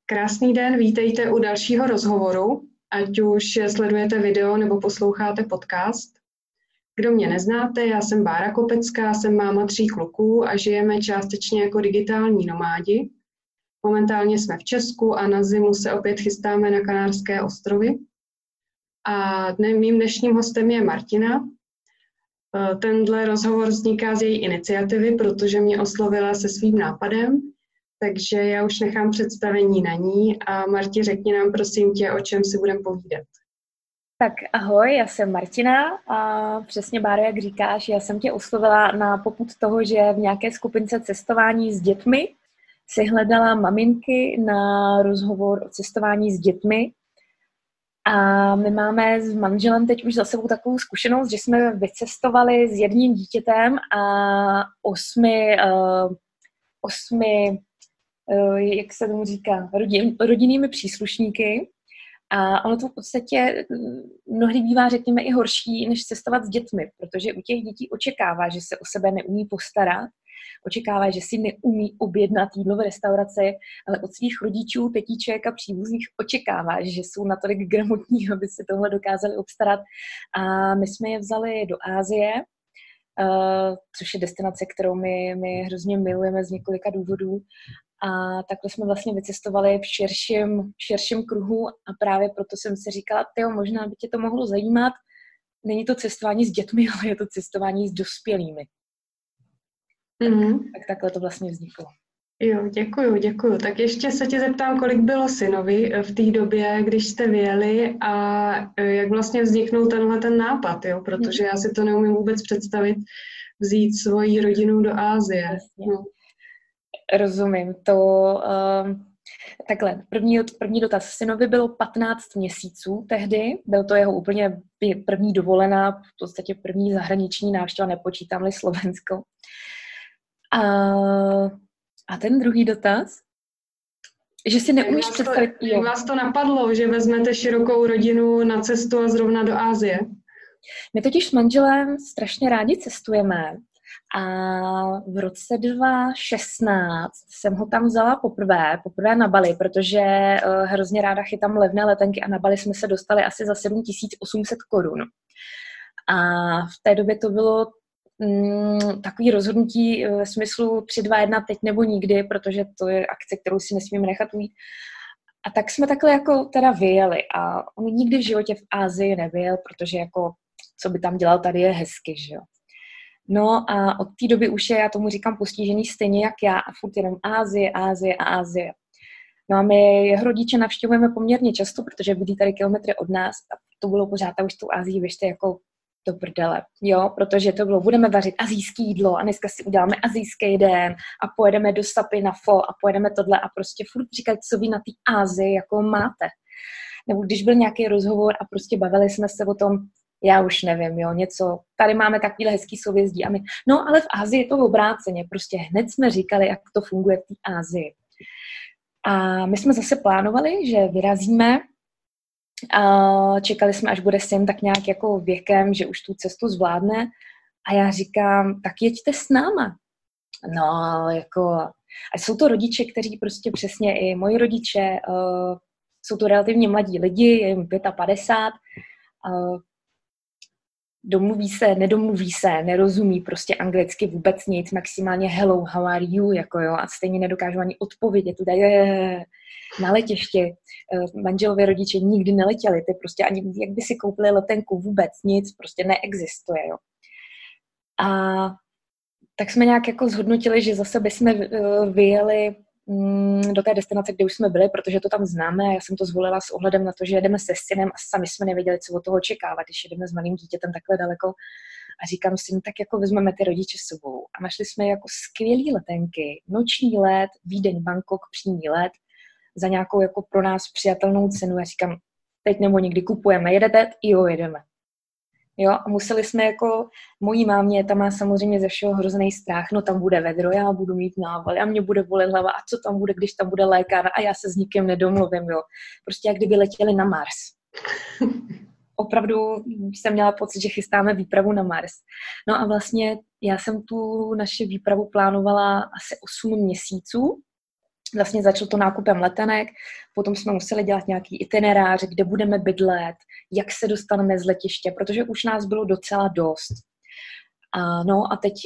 Krásný den, vítejte u dalšího rozhovoru, ať už sledujete video nebo posloucháte podcast. Kdo mě neznáte, já jsem Bára Kopecká, jsem máma 3 kluků a žijeme částečně jako digitální nomádi. Momentálně jsme v Česku a na zimu se opět chystáme na Kanárské ostrovy. A mým dnešním hostem je Martina. Tenhle rozhovor vzniká z její iniciativy, protože mě oslovila se svým nápadem. Takže já už nechám představení na ní a Marti, řekni nám prosím tě, o čem si budeme povídat. Tak ahoj, já jsem Martina a přesně, Báro, jak říkáš, já jsem tě oslovila na popud toho, že v nějaké skupince cestování s dětmi si hledala maminky na rozhovor o cestování s dětmi. A my máme s manželem teď už za sebou takovou zkušenost, že jsme vycestovali s jedním dítětem a 8 jak se tomu říká, rodinnými příslušníky. A ono to v podstatě mnohdy bývá, řekněme, i horší, než cestovat s dětmi, protože u těch dětí očekává, že se o sebe neumí postarat, očekává, že si neumí objednat jídlo v restauraci, ale od svých rodičů, tetíček a příbuzných očekává, že jsou natolik gramotní, aby si tohle dokázali obstarat. A my jsme je vzali do Asie, což je destinace, kterou my hrozně milujeme z několika důvodů. A takhle jsme vlastně vycestovali v širším kruhu a právě proto jsem si říkala, možná by tě to mohlo zajímat. Není to cestování s dětmi, ale je to cestování s dospělými. Tak takhle to vlastně vzniklo. Jo, děkuju. Tak ještě se tě zeptám, kolik bylo synovi v té době, když jste vyjeli a jak vlastně vzniknul ten nápad, jo? Protože já si to neumím vůbec představit, vzít svoji rodinu do Asie. No. Rozumím. Takhle, první dotaz. Synovi bylo 15 měsíců tehdy, byl to jeho úplně první dovolená, v podstatě první zahraniční návštěva, nepočítám-li Slovensko. A ten druhý dotaz? Že si neumíš představit... Jak vás to napadlo, že vezmete širokou rodinu na cestu a zrovna do Asie? My totiž s manželem strašně rádi cestujeme. A v roce 2016 jsem ho tam vzala poprvé na Bali, protože hrozně ráda chytám levné letenky a na Bali jsme se dostali asi za 7800 korun. A v té době to bylo takový rozhodnutí v smyslu 3, 2, 1, teď nebo nikdy, protože to je akce, kterou si nesmíme nechat ujít. A tak jsme takhle jako teda vyjeli a on nikdy v životě v Asii nevyjel, protože jako co by tam dělal, tady je hezky, že jo. No a od té doby už je, já tomu říkám, postižený stejně jak já a furt jenom Asie. No a my jeho rodiče navštěvujeme poměrně často, protože bydlí tady kilometry od nás a to bylo pořád, a už tou Asii běžte jako do prdele, jo, protože to bylo, budeme vařit asijské jídlo a dneska si uděláme asijský den a pojedeme do Sapy na Pho a pojedeme tohle a prostě furt říkat, co vy na té Asii jako máte. Nebo když byl nějaký rozhovor a prostě bavili jsme se o tom, já už nevím, jo, něco, tady máme takovýhle hezký souvězdí a my, no ale v Asii je to obráceně, prostě hned jsme říkali, jak to funguje v té Asii. A my jsme zase plánovali, že vyrazíme a čekali jsme, až bude syn tak nějak jako věkem, že už tu cestu zvládne a já říkám, tak jeďte s náma. No, jako, a jsou to rodiče, kteří prostě přesně i moji rodiče, jsou to relativně mladí lidi, je jim 55, domluví se, nedomluví se, nerozumí prostě anglicky vůbec nic, maximálně hello, how are you, jako jo, a stejně nedokážu ani odpovědět, tu na letiště. Manželové rodiče nikdy neletěli, ty prostě ani, jak by si koupili letenku, vůbec nic, prostě neexistuje, jo. A tak jsme nějak jako zhodnotili, že zase bychom vyjeli do té destinace, kde už jsme byli, protože to tam známe. Já jsem to zvolila s ohledem na to, že jedeme se synem a sami jsme nevěděli, co od toho očekávat, když jedeme s malým dítětem takhle daleko. A říkám si, no tak jako vezmeme ty rodiče s sebou. A našli jsme jako skvělý letenky, noční let, Vídeň, Bangkok, přímý let, za nějakou jako pro nás přijatelnou cenu. Já říkám, teď nebo nikdy kupujeme, jedete? Jo, jedeme. Jo, a museli jsme jako, mojí mámě, tam má samozřejmě ze všeho hrozný strach, no tam bude vedro, já budu mít nával, a mě bude bolet hlava, a co tam bude, když tam bude lékárna a já se s nikým nedomluvím, jo. Prostě jak kdyby letěli na Mars. Opravdu jsem měla pocit, že chystáme výpravu na Mars. No a vlastně já jsem tu naši výpravu plánovala asi 8 měsíců Vlastně začalo to nákupem letenek, potom jsme museli dělat nějaký itinerář, kde budeme bydlet, jak se dostaneme z letiště, protože už nás bylo docela dost. A teď,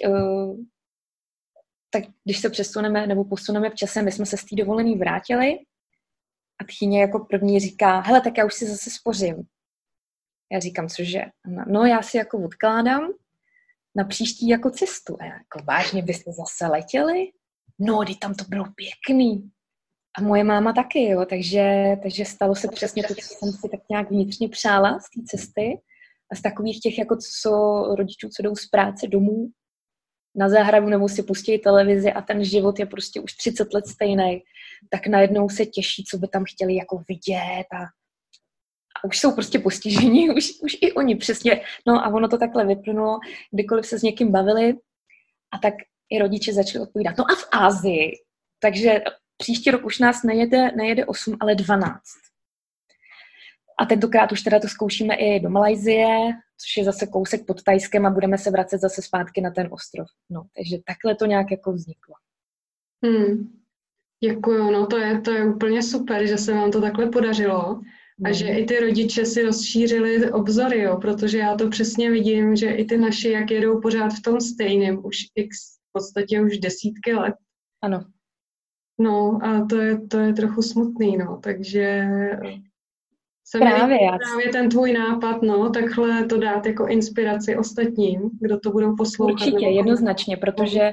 tak když se přesuneme nebo posuneme v čase, my jsme se z té dovolený vrátili a tchýně jako první říká, hele, tak já už si zase spořím. Já říkám, cože? No, já si jako odkládám na příští jako cestu. A jako vážně byste zase letěli? No, kdy tam to bylo pěkný. A moje máma taky, jo, takže stalo se přesně to, co jsem si tak nějak vnitřně přála z té cesty. A z takových těch jako rodičů, co jdou z práce domů na zahradu nebo si pustí televizi a ten život je prostě už 30 let stejný, tak najednou se těší, co by tam chtěli jako vidět a už jsou prostě postižení, už i oni přesně. No a ono to takhle vyplynulo, kdykoliv se s někým bavili a tak i rodiče začali odpovídat. No a v Asii, takže příští rok už nás nejede 8, ale 12. A tentokrát už teda to zkoušíme i do Malajsie, což je zase kousek pod Thajskem a budeme se vracet zase zpátky na ten ostrov. No, takže takhle to nějak jako vzniklo. Děkuju, no to je úplně super, že se vám to takhle podařilo a že i ty rodiče si rozšířili obzory, jo, protože já to přesně vidím, že i ty naši, jak jedou pořád v tom stejném, už v podstatě už desítky let. Ano. No a to je trochu smutný, no, takže právě ten tvůj nápad, no, takhle to dát jako inspiraci ostatním, kdo to budou poslouchat. Určitě, jednoznačně, protože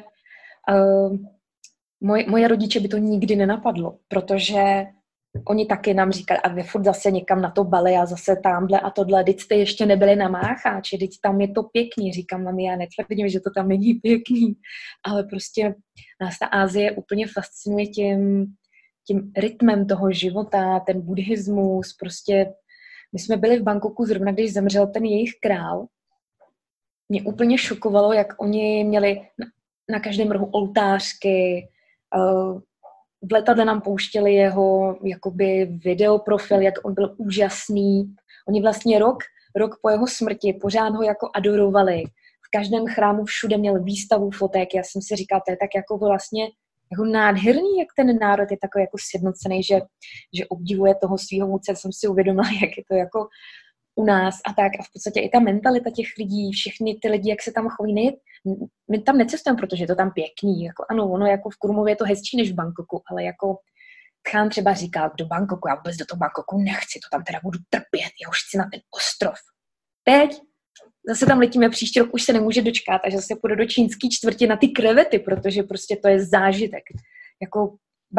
moje rodiče by to nikdy nenapadlo, protože oni taky nám říkali, a vy furt zase někam na to Bali a zase tamhle a tohle, teď jste ještě nebyli na Mácháči, teď tam je to pěkný, říkám mami, já netvrdím, že to tam není pěkný, ale prostě nás ta Asie úplně fascinuje tím rytmem toho života, ten buddhismus, prostě my jsme byli v Bangkoku zrovna, když zemřel ten jejich král. Mě úplně šokovalo, jak oni měli na každém rohu oltářky, v letadle nám pouštěli jeho jakoby videoprofil, jak on byl úžasný. Oni vlastně rok po jeho smrti pořád ho jako adorovali. V každém chrámu všude měl výstavu fotek. Já jsem si říkala, to je tak jako vlastně jako nádherný, jak ten národ je takový jako sjednocený, že obdivuje toho svýho vůdce. Jsem si uvědomila, jak je to jako u nás a tak. A v podstatě i ta mentalita těch lidí, všechny ty lidi, jak se tam choví. My tam necestujeme, protože je to tam pěkný. Jako, ano, ono jako v Kurmově je to hezčí než v Bangkoku, ale jako Tchán třeba říká do Bangkoku, já vůbec do toho Bangkoku nechci, to tam teda budu trpět, já už chci na ten ostrov. Teď zase tam letíme, příští rok už se nemůže dočkat a že zase půjde do čínský čtvrti na ty krevety, protože prostě to je zážitek. Jako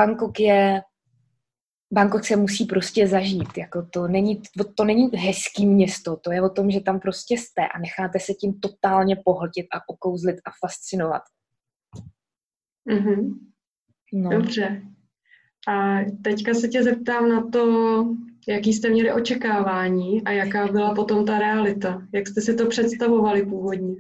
Bangkok se musí prostě zažít. Jako to není hezký město, to je o tom, že tam prostě jste a necháte se tím totálně pohltit a okouzlit a fascinovat. Mm-hmm. No. Dobře. A teďka se tě zeptám na to, jaký jste měli očekávání a jaká byla potom ta realita. Jak jste si to představovali původně?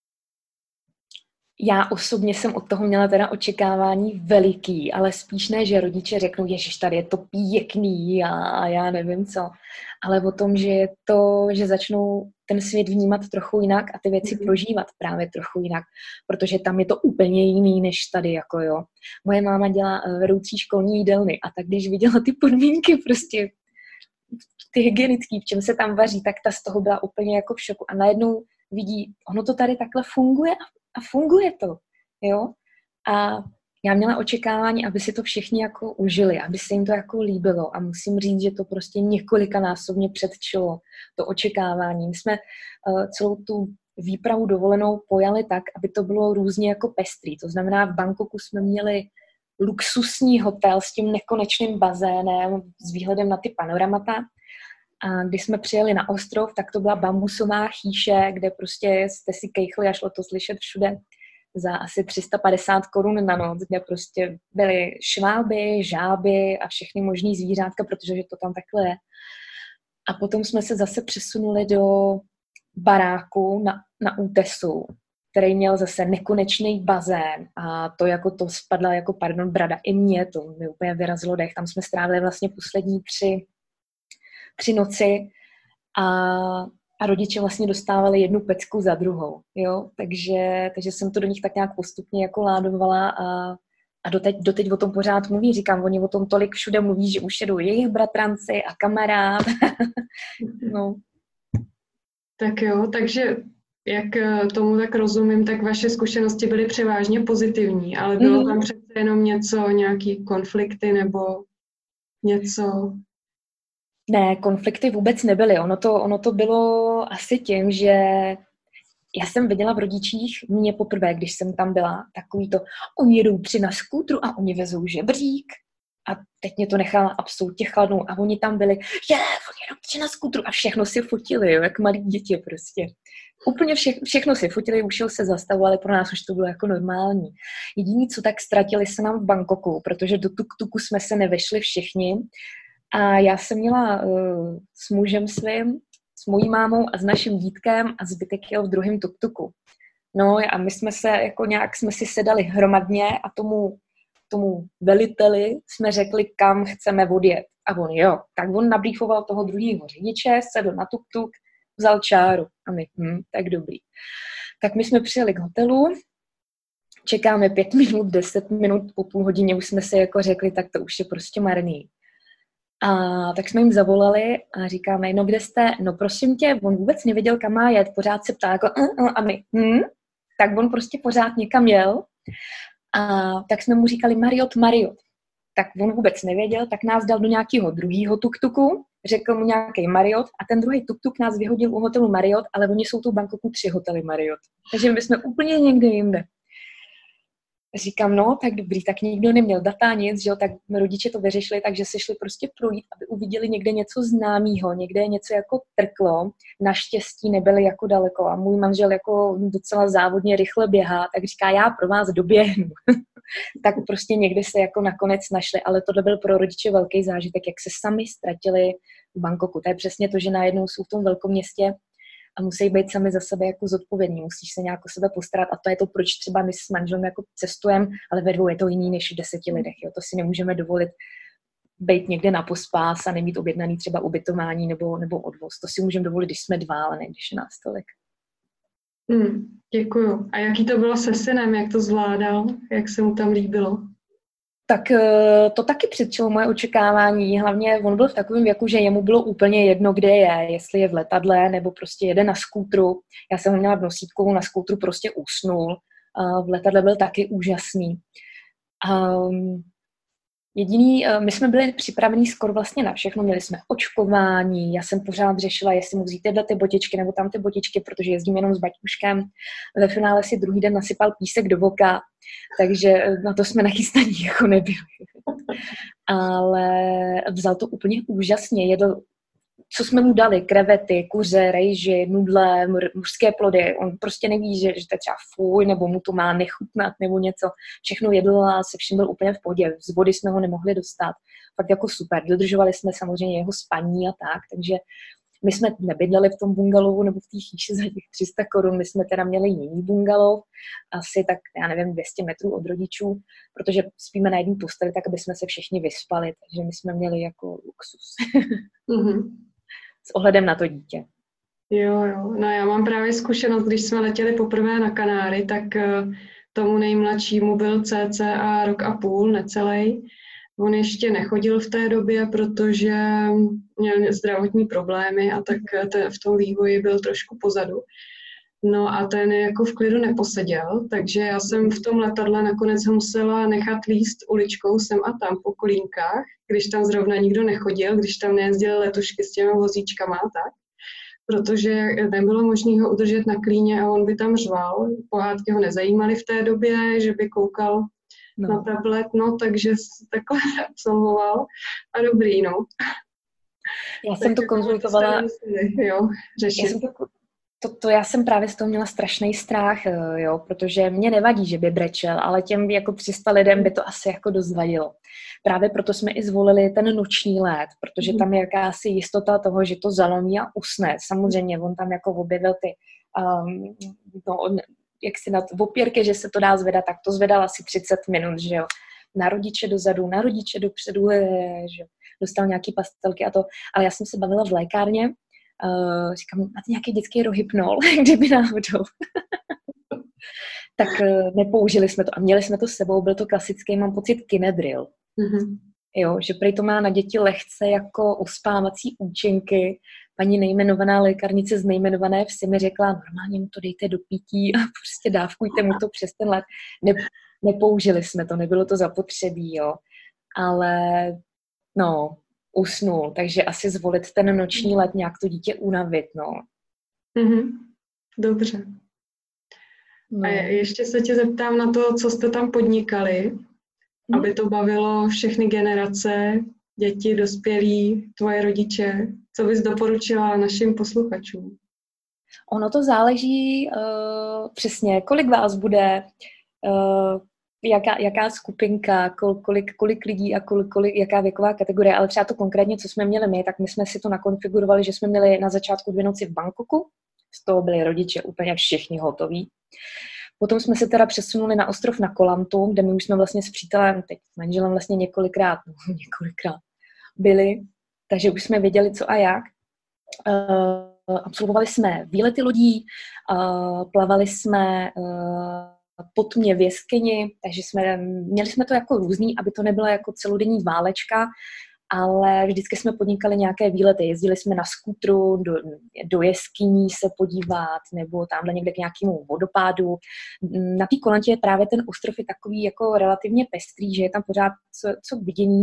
Já osobně jsem od toho měla teda očekávání veliký, ale spíš ne, že rodiče řeknou, ježiš, tady je to pěkný a já nevím co, ale o tom, že začnou ten svět vnímat trochu jinak a ty věci prožívat právě trochu jinak, protože tam je to úplně jiný než tady, jako jo. Moje máma dělá vedoucí školní jídelny a tak když viděla ty podmínky prostě, ty hygienický, v čem se tam vaří, tak ta z toho byla úplně jako v šoku a najednou vidí, ono to tady takhle funguje a funguje to, jo. A já měla očekávání, aby si to všichni jako užili, aby se jim to jako líbilo a musím říct, že to prostě několikanásobně předčilo to očekávání. My jsme celou tu výpravu dovolenou pojali tak, aby to bylo různě jako pestrý. To znamená, v Bangkoku jsme měli luxusní hotel s tím nekonečným bazénem s výhledem na ty panoramata. A když jsme přijeli na ostrov, tak to byla bambusová chýše, kde prostě jste si kejchli a šlo to slyšet všude za asi 350 korun na noc, kde prostě byly šváby, žáby a všechny možný zvířátka, protože to tam takhle je. A potom jsme se zase přesunuli do baráku na útesu, který měl zase nekonečný bazén a to spadla jako, brada i mě, to mi úplně vyrazilo dech. Tam jsme strávili vlastně poslední tři noci a rodiče vlastně dostávali jednu pecku za druhou, jo, takže jsem to do nich tak nějak postupně jako ládovala a A doteď o tom pořád mluví, říkám, oni o tom tolik všude mluví, že už jedou jejich bratranci a kamarád. No. Tak jo, takže jak tomu tak rozumím, tak vaše zkušenosti byly převážně pozitivní, ale bylo tam přece jenom nějaký konflikty nebo něco? Ne, konflikty vůbec nebyly. Ono to bylo asi tím, že já jsem viděla v rodičích mě poprvé, když jsem tam byla, takový to, oni jedou 3 na skútru a oni vezou žebřík. A teď mě to nechala absolutně chladnou. A oni tam byli, oni jedou 3 na skútru a všechno si fotili, jo, jak malí děti prostě. Úplně všechno si fotili, ušel se zastavovali, pro nás už to bylo jako normální. Jediný, co tak ztratili se nám v Bangkoku, protože do tuk-tuku jsme se nevešli všichni. A já jsem měla s mužem svým, s mojí mámou a s naším dítkem a zbytek jel v druhém tuk-tuku. No a my jsme se jako nějak jsme si sedali hromadně a tomu veliteli jsme řekli, kam chceme odjet. A on tak on nabrýfoval toho druhého řidiče, sedl na tuk-tuk, vzal čáru. A my, tak dobrý. Tak my jsme přijeli k hotelu, čekáme 5 minut, 10 minut, po půl hodině už jsme si jako řekli, tak to už je prostě marný. A tak jsme jim zavolali a říkáme, no kde jste? No prosím tě, on vůbec nevěděl, kam má jet, pořád se ptá, jako a my, tak on prostě pořád někam jel. A tak jsme mu říkali Marriott. Tak on vůbec nevěděl, tak nás dal do nějakého druhého tuk-tuku, řekl mu nějaký Marriott a ten druhý tuk-tuk nás vyhodil u hotelu Marriott, ale oni jsou tu v Bangkoku 3 hotely Marriott. Takže my jsme úplně někde jinde. Říkám, no, tak dobrý, tak nikdo neměl data, nic, že jo, tak rodiče to vyřešili, takže se šli prostě projít, aby uviděli někde něco známého, někde něco jako trklo, naštěstí nebyli jako daleko a můj manžel jako docela závodně rychle běhá, tak říká, já pro vás doběhnu. Tak prostě někde se jako nakonec našli, ale tohle byl pro rodiče velký zážitek, jak se sami ztratili v Bangkoku. To je přesně to, že najednou jsou v tom velkoměstě a musí být sami za sebe jako zodpovědní, musíš se nějak o sebe postarat a to je to, proč třeba my s manželem jako cestujeme, ale ve 2 je to jiný než v 10 lidech. Jo? To si nemůžeme dovolit být někde na pospás a nemít objednaný třeba ubytování nebo odvoz. To si můžeme dovolit, když jsme 2, ale ne když je nás tolik. Děkuju. A jaký to bylo se synem, jak to zvládal, jak se mu tam líbilo? Tak to taky předčilo moje očekávání. Hlavně on byl v takovém věku, že jemu bylo úplně jedno, kde je, jestli je v letadle nebo prostě jede na skútru. Já jsem ho měla v nosítku, na skútru prostě usnul. V letadle byl taky úžasný. Jediný, my jsme byli připravení skoro vlastně na všechno, měli jsme očkování, já jsem pořád řešila, jestli mu vzít tyhle ty botičky nebo tam ty botičky, protože jezdím jenom s baťuškem. Ve finále si druhý den nasypal písek do voka, takže na to jsme nachystaní jako nebyli. Ale vzal to úplně úžasně, jedl, co jsme mu dali, krevety, kuře, rejži, nudle, mužské plody, on prostě neví, že to je třeba fuj, nebo mu to má nechutnat, nebo něco. Všechno jedl a se vším byl úplně v pohodě. Z vody jsme ho nemohli dostat. Fakt jako super. Dodržovali jsme samozřejmě jeho spaní a tak, takže my jsme nebydleli v tom bungalovu nebo v té chýši za těch 300 korun, my jsme teda měli jiný bungalov, asi tak, já nevím, 200 metrů od rodičů, protože spíme na jedné posteli, tak aby jsme se všichni vyspali, takže my jsme měli jako luxus. S ohledem na to dítě. Jo. No já mám právě zkušenost, když jsme letěli poprvé na Kanáry, tak tomu nejmladšímu byl cca 1,5 roku, necelej. On ještě nechodil v té době, protože měl zdravotní problémy a tak v tom vývoji byl trošku pozadu. No a ten jako v klidu neposeděl, takže já jsem v tom letadle nakonec ho musela nechat líst uličkou sem a tam po kolínkách, když tam zrovna nikdo nechodil, když tam nejezdily letušky s těmi vozíčkama a tak, protože nebylo možné ho udržet na klíně a on by tam řval. Pohádky ho nezajímaly v té době, že by koukal na tablet, takže takhle absolvoval a dobrý, no. Já jsem to konzultovala. Já jsem právě z toho měla strašný strach, jo, protože mě nevadí, že by brečel, ale těm jako 300 lidem by to asi jako dost vadilo. Právě proto jsme i zvolili ten noční let, protože tam je jakási jistota toho, že to zalomí a usne. Samozřejmě on tam jako objevil ty, jak si na opěrky, že se to dá zvedat, tak to zvedal asi 30 minut, že jo. Na rodiče dozadu, na rodiče dopředu, že jo. Dostal nějaký pastelky a to, ale já jsem se bavila v lékárně. Říkám, máte nějaký dětský rohypnol, kdyby náhodou. tak nepoužili jsme to a měli jsme to s sebou, byl to klasický, mám pocit, kinedril. Mhm. Jo, že prý to má na děti lehce jako uspávací účinky. Paní nejmenovaná lékárnice z nejmenované vsi mi řekla, normálně mu to dejte do pití a prostě dávkujte mu to přes ten let. Nepoužili jsme to, nebylo to zapotřebí, jo. Ale no, usnul, takže asi zvolit ten noční let, nějak to dítě unavit, no. Mhm. Dobře. No. A ještě se tě zeptám na to, co jste tam podnikali, aby to bavilo všechny generace, děti, dospělí, tvoje rodiče. Co bys doporučila našim posluchačům? Ono to záleží přesně, kolik vás bude, jaká skupinka, kolik lidí a jaká věková kategorie, ale třeba to konkrétně, co jsme měli my, tak my jsme si to nakonfigurovali, že jsme měli na začátku 2 noci v Bangkoku, z toho byli rodiče úplně všichni hotoví. Potom jsme se teda přesunuli na ostrov na Koh Lamtu, kde my už jsme vlastně s přítelem, teď s manželem vlastně několikrát byli, takže už jsme věděli, co a jak. Absolvovali jsme výlety lodí, plavali jsme po tmě v jeskyni, takže měli jsme to jako různý, aby to nebyla jako celodenní válečka, ale vždycky jsme podnikali nějaké výlety. Jezdili jsme na skútru do jeskyní se podívat, nebo tamhle někde k nějakému vodopádu. Na té Koh Lantě právě ten ostrov je takový jako relativně pestrý, že je tam pořád co k vidění.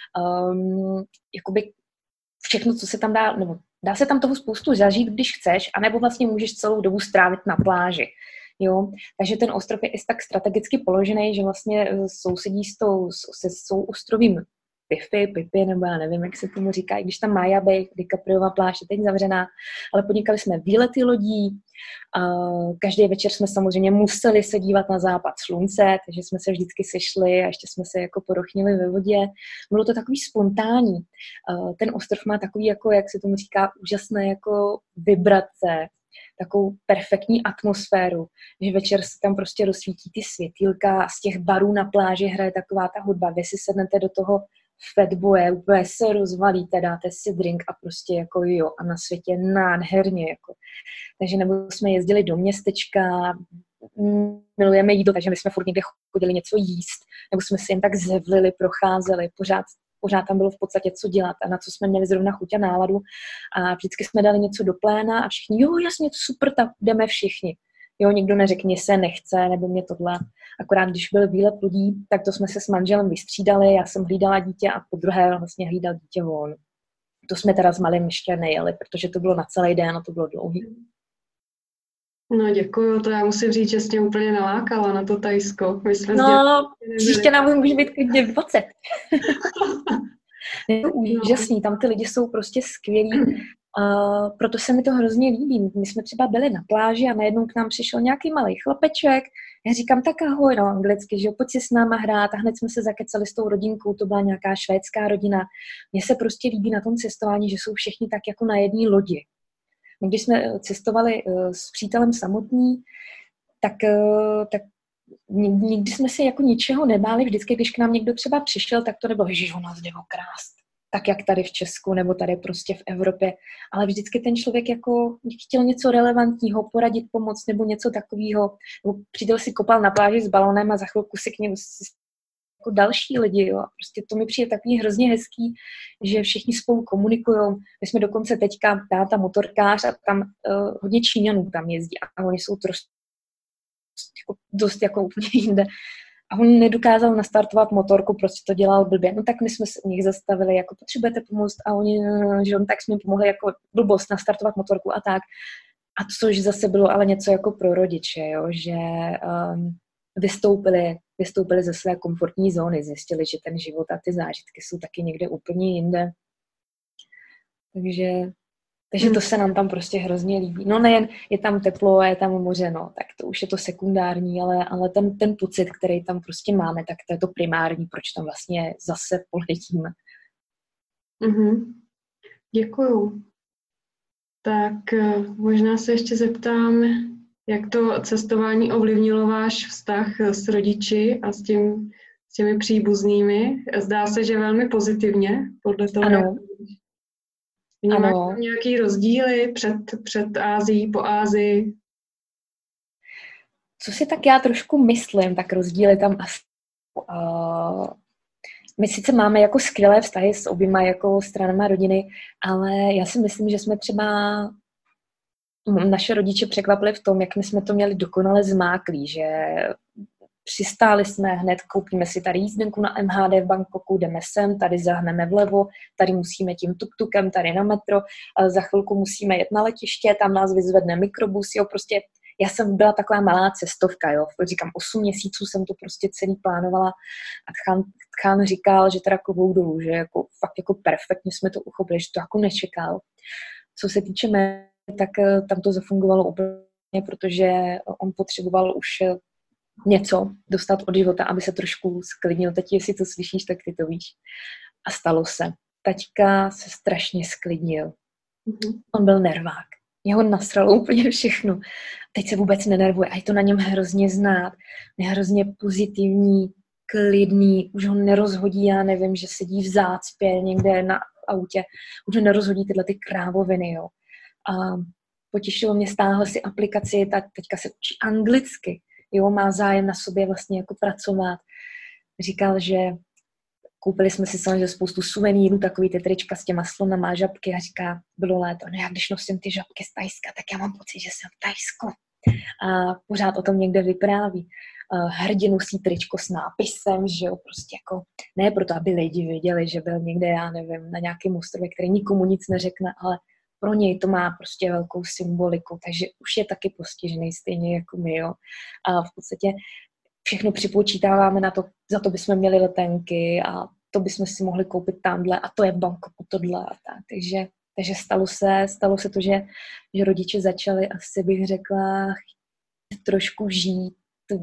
Jakoby všechno, co se tam dá, nebo dá se tam toho spoustu zažít, když chceš, anebo vlastně můžeš celou dobu strávit na pláži. Jo? Takže ten ostrov je i tak strategicky položený, že vlastně sousedí se souostrovím Pipy, nebo já nevím, jak se tomu říká, i když tam Maya Bay, DiCapriova pláž je teď zavřená, ale podnikali jsme výlety lodí, každý večer jsme samozřejmě museli se dívat na západ slunce, takže jsme se vždycky sešli a ještě jsme se jako porochnili ve vodě. Bylo to takový spontánní. Ten ostrov má takový, jako, jak se tomu říká, úžasné jako vibrace, takovou perfektní atmosféru, že večer se tam prostě rozsvítí ty světýlka a z těch barů na pláži hraje taková ta hudba. Vy si sednete do toho fatboye, úplně se rozvalíte, dáte si drink a prostě jako jo, a na světě nádherně. Jako. Takže nebo jsme jezdili do městečka, milujeme jídlo, takže my jsme furt někde chodili něco jíst, nebo jsme si jen tak zevlili, procházeli, pořád tam bylo v podstatě co dělat a na co jsme měli zrovna chuť a náladu a vždycky jsme dali něco do pléna a všichni, jo, jasně, super, tak jdeme všichni. Jo, nikdo neřekl, mě se nechce, nebo mě tohle. Akorát, když byl výlet lidí, tak to jsme se s manželem vystřídali, já jsem hlídala dítě a po druhé vlastně hlídal dítě on. To jsme teda s malým ještě nejeli, protože to bylo na celý den a to bylo dlouhý. No děkuju, to já musím říct, že jsi mě úplně nalákala na to Thajsko. Příště nám může být klidně 20. Je to úžasný, tam ty lidi jsou prostě skvělí. Proto se mi to hrozně líbí. My jsme třeba byli na pláži a najednou k nám přišel nějaký malý chlapeček. Já říkám, tak ahoj, no anglicky, že jo, pojď si s náma hrát a hned jsme se zakecali s tou rodinkou, to byla nějaká švédská rodina. Mně se prostě líbí na tom cestování, že jsou všichni tak jako na jedné lodi. Když jsme cestovali s přítelem samotní, tak nikdy jsme se jako ničeho nebáli. Vždycky, když k nám někdo třeba přišel, tak to nebylo, ježiš, on nás jde okrást. Tak jak tady v Česku nebo tady prostě v Evropě. Ale vždycky ten člověk jako chtěl něco relevantního, poradit, pomoct nebo něco takového. Přítel si kopal na pláži s balónem a za chvilku si k němu jako další lidi. Jo. A prostě to mi přijde takový hrozně hezký, že všichni spolu komunikujou. My jsme dokonce teďka táta motorkář a tam hodně Číňanů tam jezdí a oni jsou dost jako úplně jinde. A on nedokázal nastartovat motorku, prostě to dělal blbě. No tak my jsme se u nich zastavili, jako potřebujete pomoct a oni, že on tak jsme jim pomohli jako blbost nastartovat motorku a tak. A což zase bylo ale něco jako pro rodiče, jo, že vystoupili ze své komfortní zóny, zjistili, že ten život a ty zážitky jsou taky někde úplně jinde. Takže to se nám tam prostě hrozně líbí. No nejen je tam teplo a je tam moře, no, tak to už je to sekundární, ale ten pocit, který tam prostě máme, tak to je to primární, proč tam vlastně zase poletíme. Mm-hmm. Děkuju. Tak možná se ještě zeptám, jak to cestování ovlivnilo váš vztah s rodiči a s těmi příbuznými. Zdá se, že velmi pozitivně, podle toho, ano. Vnímáš tam nějaký rozdíly před Ázií, po Ázii? Co si tak já trošku myslím, tak rozdíly tam asi. My sice máme jako skvělé vztahy s oběma jako stranama rodiny, ale já si myslím, že jsme třeba naše rodiče překvapili v tom, jak my jsme to měli dokonale zmáklý, že přistáli jsme hned, koupíme si tady jízdenku na MHD v Bangkoku, jdeme sem, tady zahneme vlevo, tady musíme tím tuk-tukem, tady na metro, za chvilku musíme jet na letiště, tam nás vyzvedne mikrobus, jo, prostě já jsem byla taková malá cestovka, jo, říkám 8 měsíců jsem to prostě celý plánovala a Tchán říkal, že teda klobouk dolů, že jako fakt jako perfektně jsme to uchopili, že to jako nečekal. Co se týče mě, tak tam to zafungovalo úplně, protože on potřeboval už něco dostat od života, aby se trošku sklidnil. Teď, jestli to slyšíš, tak ty to víš. A stalo se. Taťka se strašně sklidnil. On byl nervák. Jeho nasralo úplně všechno. Teď se vůbec nenervuje a je to na něm hrozně znát. Je hrozně pozitivní, klidný, už ho nerozhodí, já nevím, že sedí v zácpě někde na autě, už ho nerozhodí tyhle ty krávoviny, jo. A potěšilo mě, stáhl si aplikaci, teďka se učí anglicky, jo, má zájem na sobě vlastně jako pracovat. Říkal, že koupili jsme si samozřejmě spoustu suvenýrů, takový ty trička s těma slonama, žabky a říká, bylo léto, no já když nosím ty žabky z Thajska, tak já mám pocit, že jsem v Thajsku. A pořád o tom někde vypráví. Hrdinu nosí tričko s nápisem, že jo, prostě jako, ne proto, aby lidi věděli, že byl někde, já nevím, na nějakém ostrově, který nikomu nic neřekne, ale pro něj to má prostě velkou symboliku, takže už je taky postižený stejně jako my, jo. A v podstatě všechno připočítáváme na to, za to bychom měli letenky a to bychom si mohli koupit tamhle a to je v Bangkoku tohle a tak. Takže stalo se to, že rodiče začali, asi bych řekla, trošku žít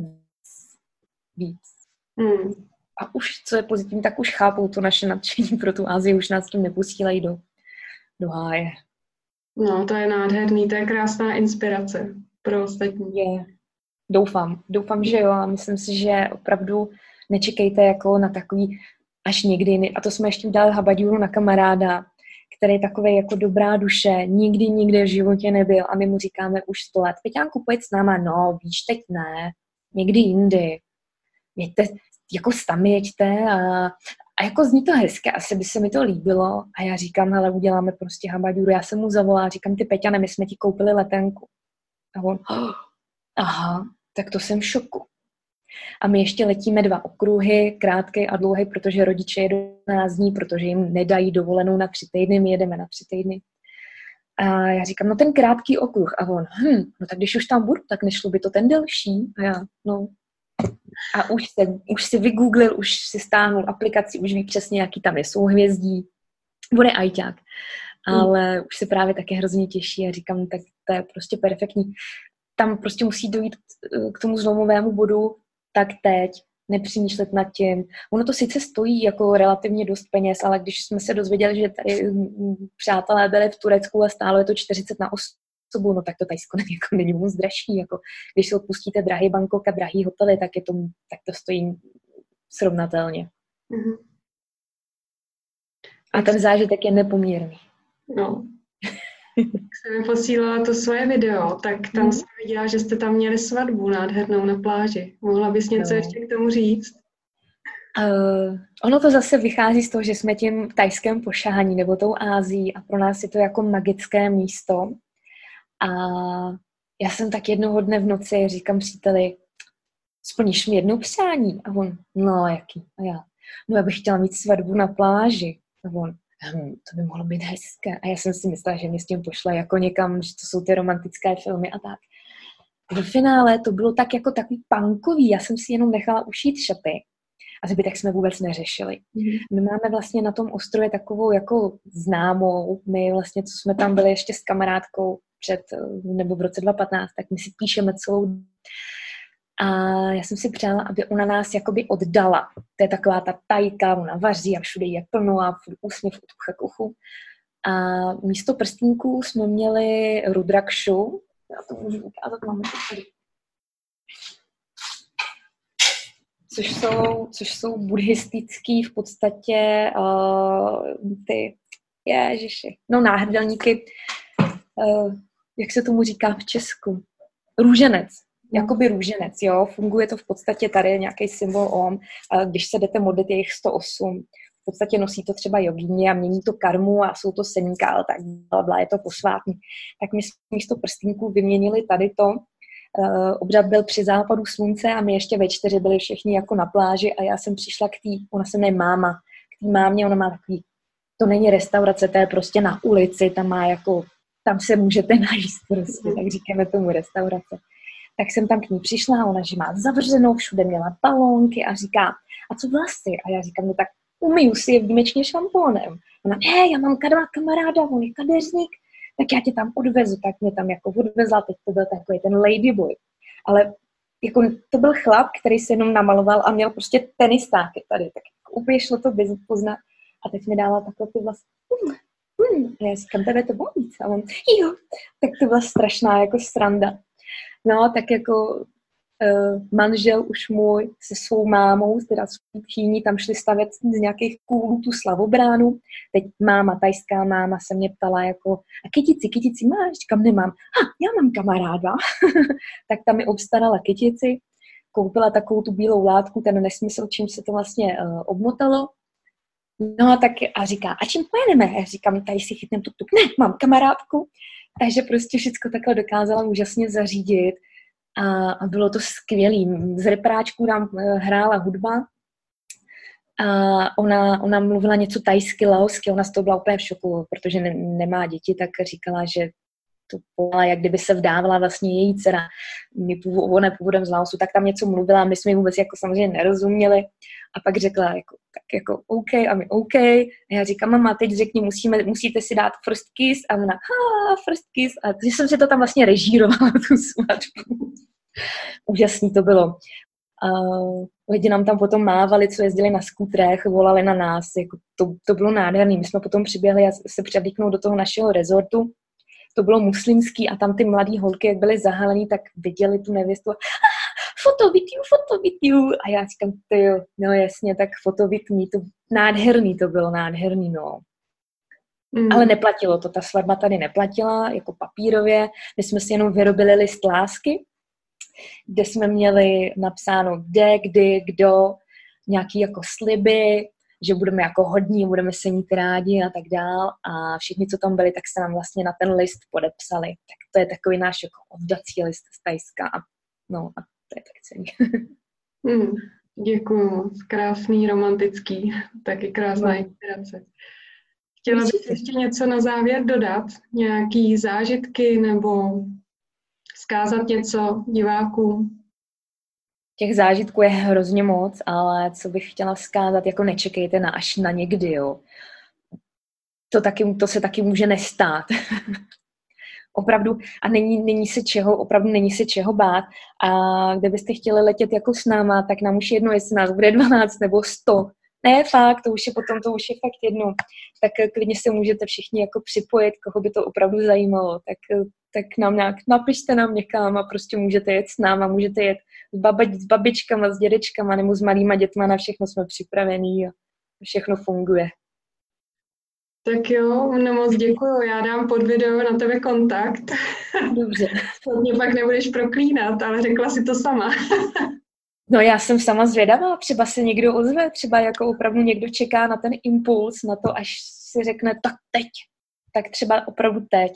víc. A už, co je pozitivní, tak už chápou to naše nadšení pro tu Asii, už nás tím neposílají do háje. No, to je nádherný, to je krásná inspirace pro ostatní. Je. Doufám, že jo, a myslím si, že opravdu nečekejte jako na takový až někdy, a to jsme ještě dali Habadjuru na kamaráda, který je takovej jako dobrá duše, nikdy v životě nebyl a my mu říkáme už 100 let, Peťánku, pojď s náma, no víš, teď ne, někdy jindy, jeďte, jako sami jeďte a jako zní to hezké, asi by se mi to líbilo a já říkám, hele, uděláme prostě Habadjuru, já jsem mu zavolala, říkám, ty Peťane, my jsme ti koupili letenku. A on, aha, tak to jsem v šoku. A my ještě letíme 2 okruhy, krátký a dlouhý, protože rodiče jedou 12 dní, protože jim nedají dovolenou na 3 týdny, my jedeme na 3 týdny. A já říkám, no ten krátký okruh. A on, no tak když už tam budu, tak nešlo by to ten delší. A já, no. A už si vygooglil, už si stáhnul aplikaci, už ví přesně, jaký tam je souhvězdí. Bude ajťák. Ale už se právě taky hrozně těší a říkám, tak to je prostě perfektní. Tam prostě musí dojít k tomu zlomovému bodu, tak teď nepřemýšlet nad tím. Ono to sice stojí jako relativně dost peněz, ale když jsme se dozvěděli, že tady přátelé byli v Turecku a stálo je to 40 na osobu, no tak to Thajsko není moc dražší. Jako, když si odpustíte drahý Bangkok a drahý hotely, tak to stojí srovnatelně. Mm-hmm. A ten zážitek je nepoměrný. No. Jak jsem mi posílala to svoje video, tak tam jsem viděla, že jste tam měli svatbu nádhernou na pláži. Mohla bys něco ještě k tomu říct? Ono to zase vychází z toho, že jsme tím thajském pošahání nebo tou Ázií a pro nás je to jako magické místo. A já jsem tak jednoho dne v noci říkám příteli, splníš mi jedno přání? A on, no jaký? A já bych chtěla mít svatbu na pláži. A on, to by mohlo být hezké. A já jsem si myslela, že mě s tím pošle jako někam, že to jsou ty romantické filmy a tak. Do finále to bylo tak jako takový punkový. Já jsem si jenom nechala ušít šaty. A zbytek jsme vůbec neřešili. My máme vlastně na tom ostrově takovou jako známou. My vlastně, co jsme tam byli ještě s kamarádkou nebo v roce 2015, tak my si píšeme celou. A já jsem si přála, aby ona nás jakoby oddala. To je taková ta tajka, ona vaří a všude je plno a úsměv od ucha k uchu. A místo prstníků jsme měli rudrakshu. Já to můžu ukázat, máme to tady. Což jsou buddhistický v podstatě náhrdelníky, jak se tomu říká v Česku? Růženec. jakoby růženec, jo, funguje to v podstatě tady nějaký symbol Om, když se jdete modlit jejich 108, v podstatě nosí to třeba jogíně a mění to karmu a jsou to semínka, ale tak blablabla, je to posvátný. Tak my místo prstýnků vyměnili tady to, obřad byl při západu slunce a my ještě ve 4 byli všichni jako na pláži a já jsem přišla k ona se jmenuje máma, k té mámě, ona má takový, to není restaurace, to je prostě na ulici, tam se můžete najíst prostě, tak říkáme tomu restaurace. Tak jsem tam k ní přišla a ona, že má zavřenou, všude měla balónky a říká, a co vlasy? A já říkám, no tak umyju si je výjimečně šampónem. Ona, já mám kamaráda, on je kadeřník, tak já tě tam odvezu, tak mě tam jako odvezla, teď to byl takový ten ladyboy. Ale jako to byl chlap, který se jenom namaloval a měl prostě tenistáky tady, tak úplně šlo to bez poznat. A teď mi dala takhle ty vlasy. A já říkám, tebe to bolí. A on, jo, tak to byla strašná jako sranda. No, tak jako manžel už můj se svou mámou, teda svou tchýní, tam šli stavět z nějakých kůlů tu slavobránu. Teď tajská máma se mě ptala jako, a kytici máš? Říkám, nemám. Já mám kamaráda. Tak tam mi obstarala kytici, koupila takovou tu bílou látku, ten nesmysl, čím se to vlastně obmotalo. No tak a říká, a čím pojedeme? Já říkám, tady si chytnem tuk. Ne, mám kamarádku. Takže prostě všechno takhle dokázala úžasně zařídit a bylo to skvělý. Z repráčků nám hrála hudba a ona mluvila něco tajsky, laosky, ona z toho byla úplně v šoku, protože nemá děti, tak říkala, že to povala, jak kdyby se vdávala vlastně její dcera. Ona je původem z Laosu, tak tam něco mluvila, my jsme ji vůbec jako samozřejmě nerozuměli. A pak řekla, jako OK, a my OK. A já říkám, mama, teď řekni, musíte si dát first kiss. A ona, first kiss. A takže jsem si to tam vlastně režírovala, tu svatbu. Úžasný to bylo. Lidi nám tam potom mávali, co jezdili na skútrech, volali na nás. Jako to bylo nádherný. My jsme potom přiběhli a se převlíknout do toho našeho rezortu. To bylo muslimský a tam ty mladý holky, jak byly zahalený, tak viděli tu nevěstu. Foto with you. A já říkám, jo, no jasně, tak foto with me, to bylo nádherný, no. Ale neplatilo to, ta svatba tady neplatila, jako papírově. My jsme si jenom vyrobili list lásky, kde jsme měli napsáno kde, kdy, kdo, nějaký jako sliby, že budeme jako hodní, budeme se mít rádi a tak dál. A všichni, co tam byli, tak se nám vlastně na ten list podepsali. Tak to je takový náš jako oddací list z Thajska. No a to je tak celý. Děkuju moc. Krásný, romantický. Taky krásná inspirace. Chtěla bych ještě něco na závěr dodat? Nějaký zážitky nebo vzkázat něco divákům? Těch zážitků je hrozně moc, ale co bych chtěla vzkázat, jako nečekejte až na někdy, jo. To se taky může nestát. Opravdu, a opravdu není se čeho bát. A kdybyste chtěli letět jako s náma, tak nám už jedno, jestli nás bude 12 nebo 100. Ne, fakt, to už je fakt jedno. Tak klidně se můžete všichni jako připojit, koho by to opravdu zajímalo. Tak nám nějak napište nám někam a prostě můžete jet s náma, můžete jet s babičkama, s dědečkama nebo s malýma dětma, na všechno jsme připravení a všechno funguje. Tak jo, moc děkuju. Já dám pod video na tebe kontakt. Dobře. Mě pak nebudeš proklínat, ale řekla si to sama. No já jsem sama zvědavá, třeba se někdo ozve, třeba jako opravdu někdo čeká na ten impuls, na to, až si řekne, tak teď, tak třeba opravdu teď.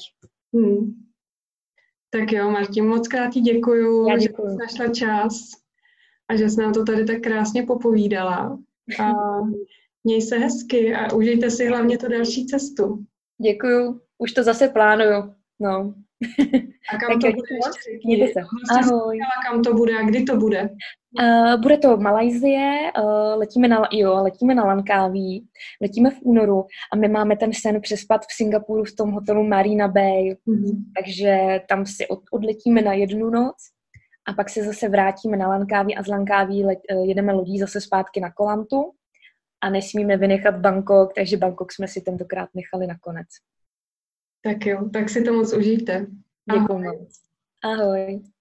Tak jo, Martin, moc krát ti děkuju, Já že děkuju. jsi našla čas a že jsi nám to tady tak krásně popovídala. A měj se hezky a užijte si hlavně tu další cestu. Děkuju, už to zase plánuju. No. A kam to bude ještě řekni? Mějte se. Ahoj. Kam to bude a kdy to bude? Bude to Malajsie, letíme na Langkawi, letíme v únoru a my máme ten sen přespat v Singapuru v tom hotelu Marina Bay, takže tam si odletíme na 1 noc a pak se zase vrátíme na Langkawi a z Langkawi jedeme lodí zase zpátky na Koh Lantu a nesmíme vynechat Bangkok, takže Bangkok jsme si tentokrát nechali nakonec. Tak jo, tak si to moc užijte. Děkuji moc. Ahoj.